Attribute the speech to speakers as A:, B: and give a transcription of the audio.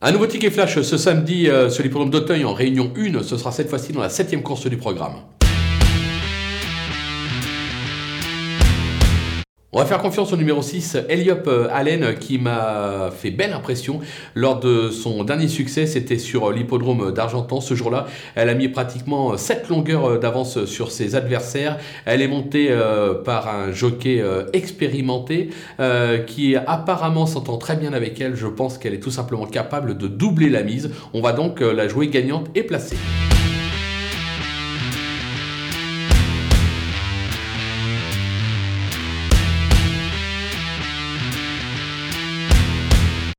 A: Un nouveau ticket flash ce samedi sur l'hippodrome d'Auteuil en réunion 1. Ce sera cette fois-ci dans la 7e course du programme. On va faire confiance au numéro 6, Eliop Allen, qui m'a fait belle impression lors de son dernier succès. C'était sur l'hippodrome d'Argentan. Ce jour-là, elle a mis pratiquement 7 longueurs d'avance sur ses adversaires. Elle est montée par un jockey expérimenté qui apparemment s'entend très bien avec elle. Je pense qu'elle est tout simplement capable de doubler la mise. On va donc la jouer gagnante et placée.